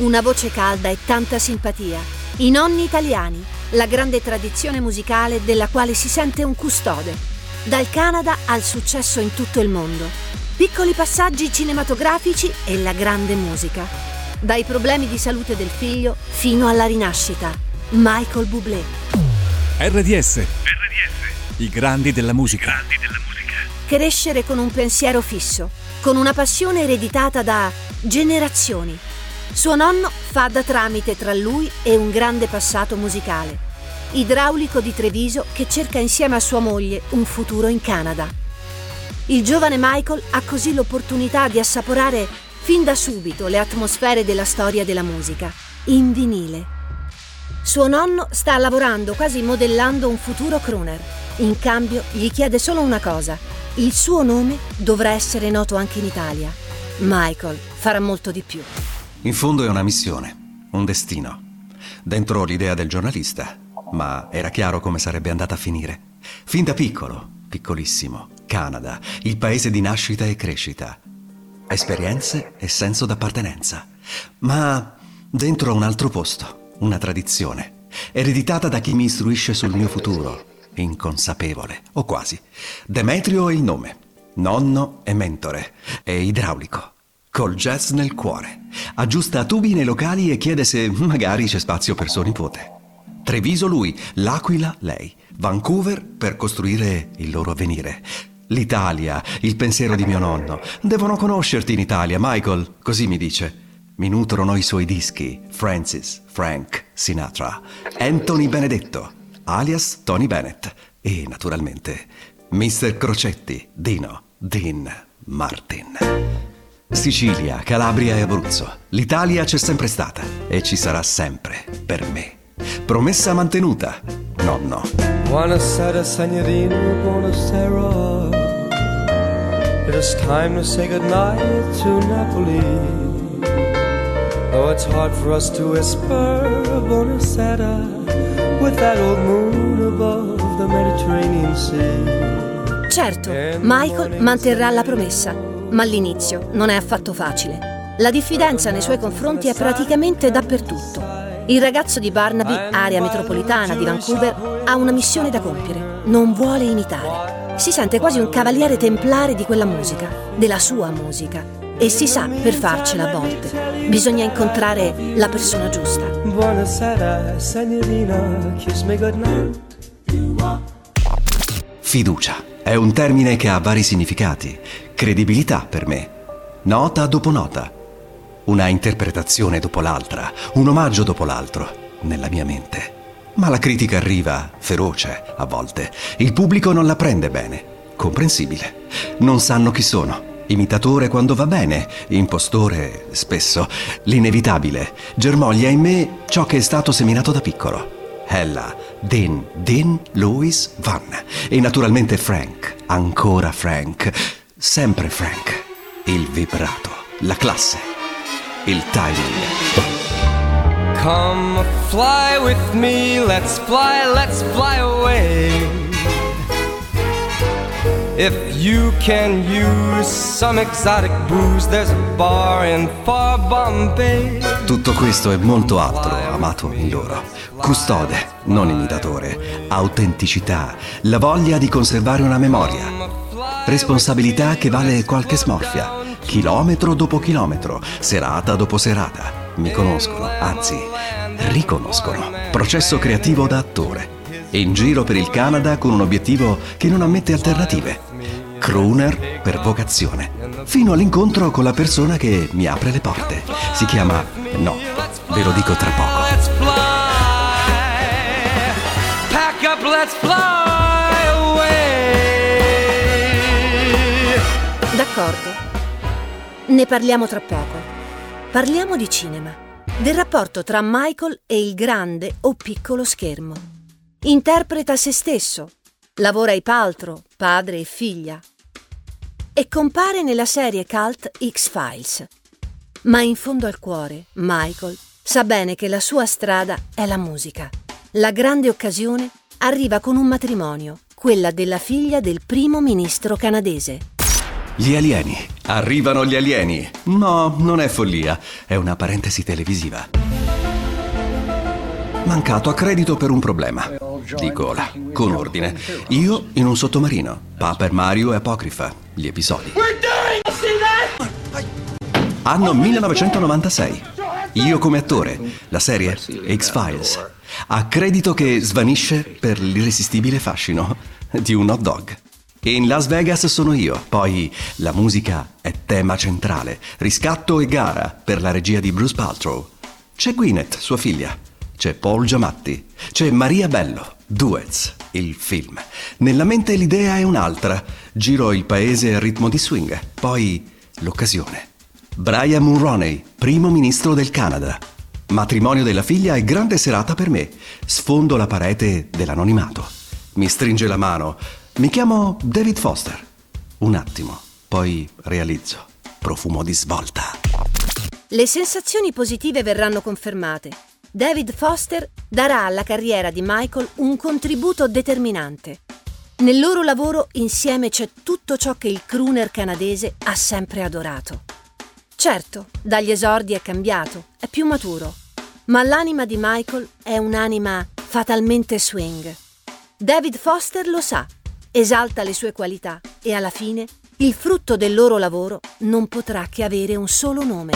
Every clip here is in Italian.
Una voce calda e tanta simpatia. I nonni italiani, la grande tradizione musicale della quale si sente un custode. Dal Canada al successo in tutto il mondo. Piccoli passaggi cinematografici e la grande musica. Dai problemi di salute del figlio fino alla rinascita. Michael Bublé. RDS. I grandi della musica. Crescere con un pensiero fisso, con una passione ereditata da generazioni. Suo nonno fa da tramite tra lui e un grande passato musicale. Idraulico di Treviso che cerca insieme a sua moglie un futuro in Canada. Il giovane Michael ha così l'opportunità di assaporare fin da subito le atmosfere della storia della musica, in vinile. Suo nonno sta lavorando, quasi modellando un futuro crooner. In cambio gli chiede solo una cosa: il suo nome dovrà essere noto anche in Italia. Michael farà molto di più. In fondo è una missione, un destino. Dentro l'idea del giornalista, ma era chiaro come sarebbe andata a finire. Fin da piccolo, piccolissimo, Canada, il paese di nascita e crescita. Esperienze e senso d'appartenenza. Ma dentro un altro posto, una tradizione, ereditata da chi mi istruisce sul mio futuro, inconsapevole, o quasi. Demetrio è il nome, nonno è mentore, è idraulico. Col jazz nel cuore, aggiusta tubi nei locali e chiede se magari c'è spazio per suo nipote. Treviso lui, L'Aquila lei, Vancouver per costruire il loro avvenire. L'Italia, il pensiero di mio nonno. Devono conoscerti in Italia, Michael, così mi dice. Mi nutrono i suoi dischi, Francis, Frank, Sinatra, Anthony Benedetto, alias Tony Bennett e naturalmente Mr. Crocetti, Dino, Dean Martin. Sicilia, Calabria e Abruzzo. L'Italia c'è sempre stata e ci sarà sempre per me. Promessa mantenuta, nonno. Buonasera, signorina, buonasera. It is time to say goodnight to Napoli. Though it's hard for us to whisper buonasera with that old moon above the Mediterranean Sea. Certo, Michael manterrà la promessa. Ma all'inizio non è affatto facile. La diffidenza nei suoi confronti è praticamente dappertutto. Il ragazzo di Barnaby, area metropolitana di Vancouver, ha una missione da compiere. Non vuole imitare. Si sente quasi un cavaliere templare di quella musica, della sua musica. E si sa, per farcela a volte, bisogna incontrare la persona giusta. Buonasera, signorina, kiss me goodnight. Fiducia è un termine che ha vari significati. Credibilità per me. Nota dopo nota. Una interpretazione dopo l'altra. Un omaggio dopo l'altro. Nella mia mente. Ma la critica arriva feroce a volte. Il pubblico non la prende bene. Comprensibile. Non sanno chi sono. Imitatore quando va bene. Impostore spesso. L'inevitabile. Germoglia in me ciò che è stato seminato da piccolo. Ella, Dean, Louis, Van. E naturalmente Frank. Ancora Frank. Sempre Frank. Il vibrato. La classe. Il timing. Come fly with me, let's fly away. If you can use some exotic booze, there's a bar in far Bombay. Tutto questo e molto altro amato in loro. Custode, non imitatore. Autenticità, la voglia di conservare una memoria. Responsabilità che vale qualche smorfia. Chilometro dopo chilometro, serata dopo serata. Mi conoscono, anzi, riconoscono. Processo creativo da attore. In giro per il Canada con un obiettivo che non ammette alternative. Crooner per vocazione. Fino all'incontro con la persona che mi apre le porte. Si chiama... no, ve lo dico tra poco. Pack up, let's fly away. D'accordo. Ne parliamo tra poco. Parliamo di cinema. Del rapporto tra Michael e il grande o piccolo schermo. Interpreta se stesso. Lavora ai Paltrow, padre e figlia. E compare nella serie cult X-Files. Ma in fondo al cuore, Michael sa bene che la sua strada è la musica. La grande occasione arriva con un matrimonio, quella della figlia del primo ministro canadese. Gli alieni. Arrivano gli alieni. No, non è follia, è una parentesi televisiva. Mancato a credito per un problema. Dico ora, con ordine. Io in un sottomarino. Paper Mario e Apocrifa. Gli episodi. Anno 1996. Io come attore. La serie X-Files. A credito che svanisce per l'irresistibile fascino di un hot dog. In Las Vegas sono io. Poi la musica è tema centrale. Riscatto e gara per la regia di Bruce Paltrow. C'è Gwyneth, sua figlia. C'è Paul Giamatti. C'è Maria Bello. Duets, il film. Nella mente l'idea è un'altra. Giro il paese al ritmo di swing. Poi l'occasione. Brian Mulroney, primo ministro del Canada. Matrimonio della figlia e grande serata per me. Sfondo la parete dell'anonimato. Mi stringe la mano. Mi chiamo David Foster. Un attimo, poi realizzo. Profumo di svolta. Le sensazioni positive verranno confermate. David Foster darà alla carriera di Michael un contributo determinante. Nel loro lavoro insieme c'è tutto ciò che il crooner canadese ha sempre adorato. Certo, dagli esordi è cambiato, è più maturo, ma l'anima di Michael è un'anima fatalmente swing. David Foster lo sa, esalta le sue qualità e alla fine il frutto del loro lavoro non potrà che avere un solo nome.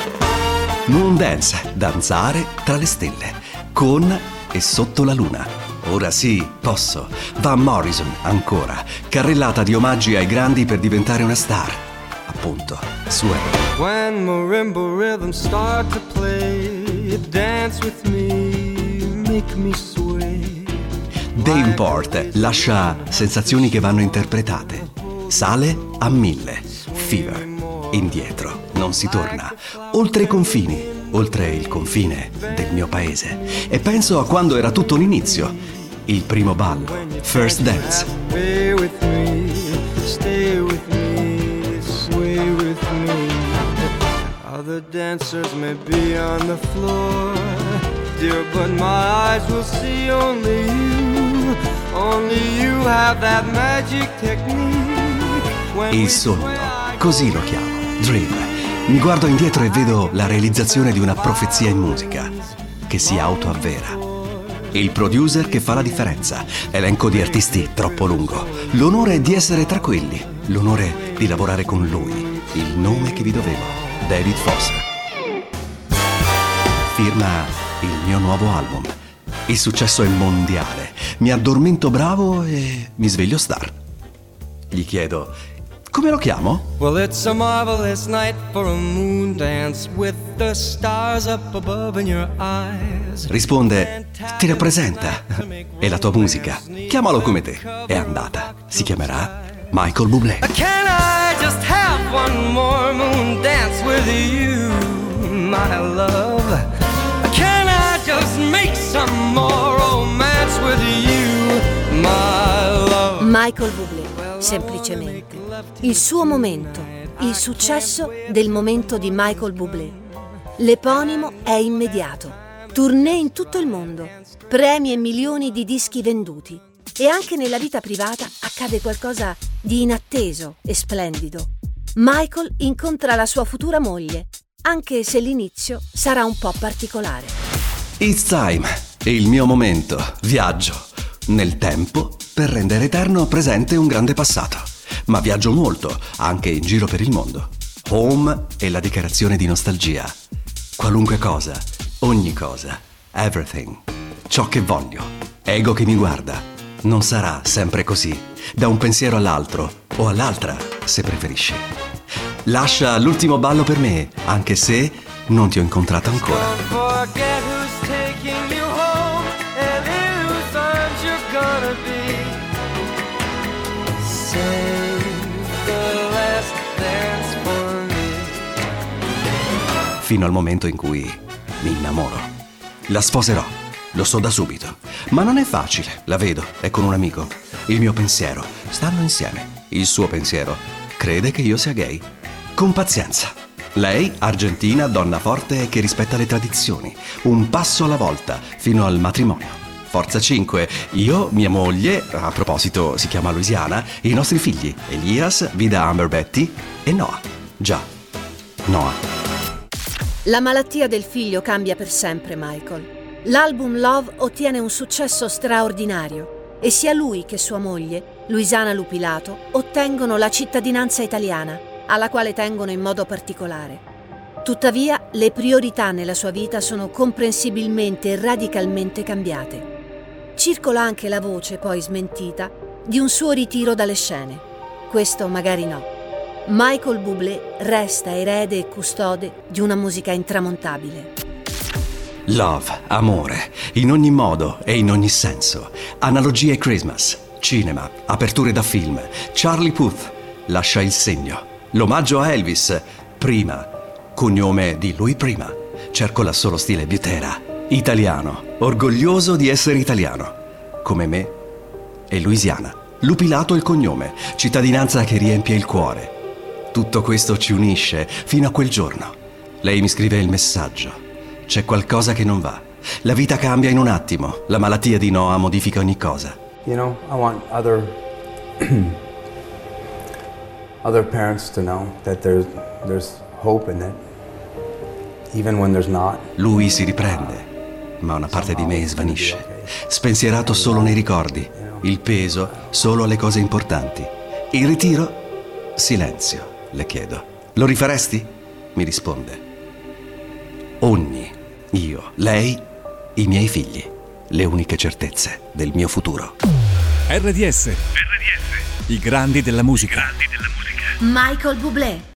Moondance, danzare tra le stelle, con e sotto la luna. Ora sì, posso. Van Morrison, ancora. Carrellata di omaggi ai grandi per diventare una star. Appunto, Sway. When marimba rhythms start to play, dance with me, make me sway. Dave Port lascia sensazioni che vanno interpretate. Sale a 1000. Fever. Indietro. Non si torna. Oltre i confini. Oltre il confine del mio paese. E penso a quando era tutto un inizio. Il primo ballo. First dance. Stay with me, stay with me, sway with me. Other dancers may be on the floor, dear, but my eyes will see only you. Only you have that magic technique. Il sogno, così lo chiamo, Dream. Mi guardo indietro e vedo la realizzazione di una profezia in musica, che si autoavvera. Il producer che fa la differenza, elenco di artisti troppo lungo. L'onore di essere tra quelli, l'onore di lavorare con lui, il nome che vi dovevo, David Foster. Firma il mio nuovo album. Il successo è mondiale. Mi addormento bravo e mi sveglio star. Gli chiedo, come lo chiamo? Well, it's a marvelous night for a moon dance with the stars up above in your eyes. Risponde, ti rappresenta. E la tua musica, chiamalo come te. È andata. Si chiamerà Michael Bublé. Can I just have one more moon dance with you, my love? Can I just make some more romance with you, my love? Michael Bublé, semplicemente. Il suo momento, il successo del momento di Michael Bublé. L'eponimo è immediato. Tournée in tutto il mondo, premi e milioni di dischi venduti. E anche nella vita privata accade qualcosa di inatteso e splendido. Michael incontra la sua futura moglie, anche se l'inizio sarà un po' particolare. It's time, è il mio momento. Viaggio nel tempo per rendere eterno presente un grande passato. Ma viaggio molto, anche in giro per il mondo. Home è la dichiarazione di nostalgia. Qualunque cosa, ogni cosa, everything. Ciò che voglio, ego che mi guarda. Non sarà sempre così, da un pensiero all'altro, o all'altra, se preferisci. Lascia l'ultimo ballo per me, anche se non ti ho incontrato ancora. Forget who's taking you home and in whose arms you're gonna be. Save the last dance for me. Fino al momento in cui mi innamoro. La sposerò, lo so da subito. Ma non è facile, la vedo, è con un amico. Il mio pensiero, stanno insieme. Il suo pensiero, crede che io sia gay. Con pazienza. Lei, argentina, donna forte che rispetta le tradizioni. Un passo alla volta, fino al matrimonio. Forza 5, io, mia moglie, a proposito si chiama Louisiana, i nostri figli, Elias, Vida Amber Betty e Noah. Già, Noah. La malattia del figlio cambia per sempre Michael. L'album Love ottiene un successo straordinario e sia lui che sua moglie, Luisana Lupilato, ottengono la cittadinanza italiana, alla quale tengono in modo particolare. Tuttavia, le priorità nella sua vita sono comprensibilmente e radicalmente cambiate. Circola anche la voce, poi smentita, di un suo ritiro dalle scene. Questo magari no. Michael Bublé resta erede e custode di una musica intramontabile. Love, amore, in ogni modo e in ogni senso. Analogie Christmas, cinema, aperture da film, Charlie Puth, lascia il segno. L'omaggio a Elvis, prima, cognome di lui prima. Cerco la solo stile Butera, italiano, orgoglioso di essere italiano, come me e Louisiana. Lupilato il cognome, cittadinanza che riempie il cuore. Tutto questo ci unisce fino a quel giorno. Lei mi scrive il messaggio. C'è qualcosa che non va. La vita cambia in un attimo. La malattia di Noah modifica ogni cosa. You know, I want other parents to know that there's hope in it, even when there's not. Lui si riprende, ma una parte di me svanisce. Spensierato solo nei ricordi. Il peso solo alle cose importanti. Il ritiro? Silenzio, le chiedo. Lo rifaresti? Mi risponde. Ogni. Io, lei, i miei figli, le uniche certezze del mio futuro. RDS. I grandi della musica. Michael Bublé.